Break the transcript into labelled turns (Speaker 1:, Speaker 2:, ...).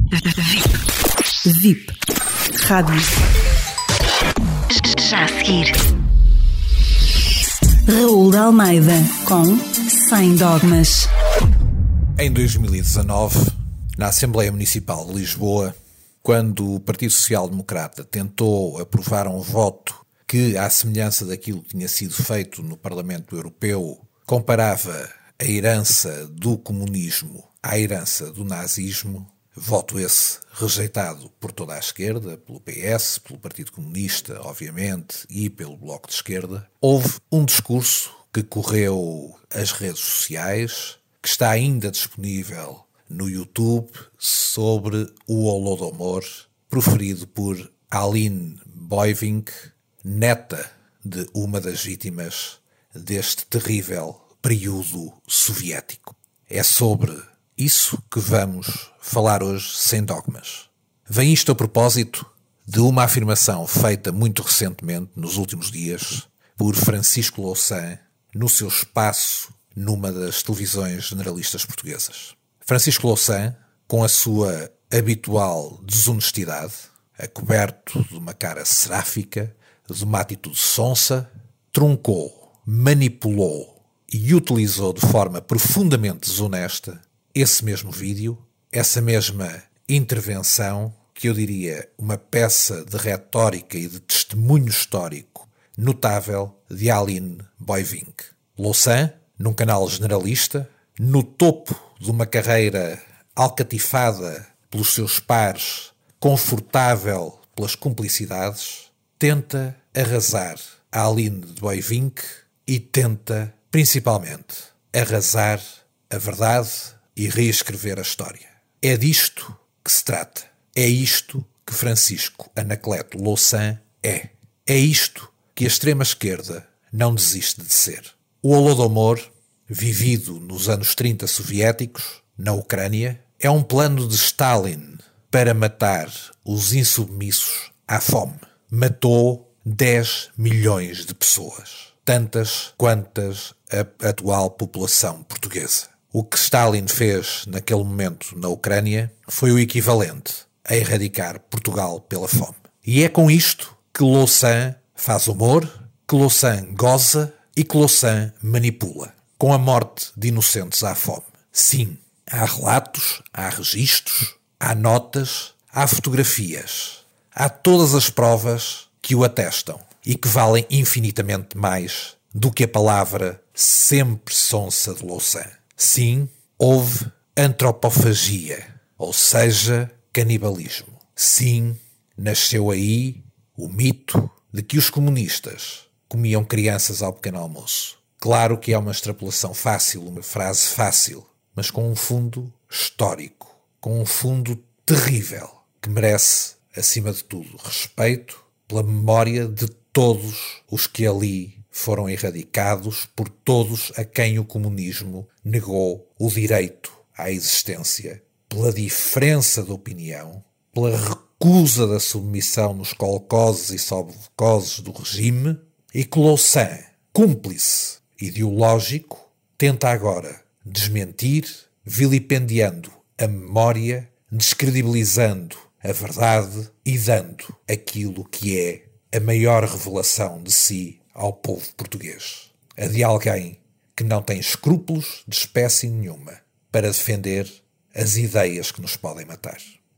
Speaker 1: VIP. Rádio.
Speaker 2: Já a seguir.
Speaker 1: Raul de Almeida com Sem Dogmas.
Speaker 3: Em 2019, na Assembleia Municipal de Lisboa, quando o Partido Social Democrata tentou aprovar um voto que, à semelhança daquilo que tinha sido feito no Parlamento Europeu, comparava a herança do comunismo à herança do nazismo, voto esse rejeitado por toda a esquerda, pelo PS, pelo Partido Comunista, obviamente, e pelo Bloco de Esquerda, houve um discurso que correu as redes sociais, que está ainda disponível no YouTube, sobre o Holodomor, proferido por Aline Boivink, neta de uma das vítimas deste terrível período soviético. É sobre isso que vamos falar hoje, sem dogmas. Vem isto a propósito de uma afirmação feita muito recentemente, nos últimos dias, por Francisco Louçã, no seu espaço numa das televisões generalistas portuguesas. Francisco Louçã, com a sua habitual desonestidade, acoberto de uma cara seráfica, de uma atitude sonsa, truncou, manipulou e utilizou de forma profundamente desonesta esse mesmo vídeo, essa mesma intervenção, que eu diria uma peça de retórica e de testemunho histórico notável de Aline Boivink. Louçã, num canal generalista, no topo de uma carreira alcatifada pelos seus pares, confortável pelas cumplicidades, tenta arrasar a Aline Boivink e tenta, principalmente, arrasar a verdade e reescrever a história. É disto que se trata. É isto que Francisco Anacleto Louçã é. É isto que a extrema-esquerda não desiste de ser. O Holodomor, vivido nos anos 30 soviéticos, na Ucrânia, é um plano de Stalin para matar os insubmissos à fome. Matou 10 milhões de pessoas, tantas quantas a atual população portuguesa. O que Stalin fez naquele momento na Ucrânia foi o equivalente a erradicar Portugal pela fome. E é com isto que Louçã faz humor, que Louçã goza e que Louçã manipula, com a morte de inocentes à fome. Sim, há relatos, há registros, há notas, há fotografias, há todas as provas que o atestam e que valem infinitamente mais do que a palavra sempre sonsa de Louçã. Sim, houve antropofagia, ou seja, canibalismo. Sim, nasceu aí o mito de que os comunistas comiam crianças ao pequeno almoço. Claro que é uma extrapolação fácil, uma frase fácil, mas com um fundo histórico, com um fundo terrível, que merece, acima de tudo, respeito pela memória de todos os que ali foram erradicados, por todos a quem o comunismo negou o direito à existência, pela diferença de opinião, pela recusa da submissão nos colcoses e sobrecoses do regime, e que Louçã, cúmplice ideológico, tenta agora desmentir, vilipendiando a memória, descredibilizando a verdade e dando aquilo que é a maior revelação de si ao povo português. A de alguém que não tem escrúpulos de espécie nenhuma para defender as ideias que nos podem matar.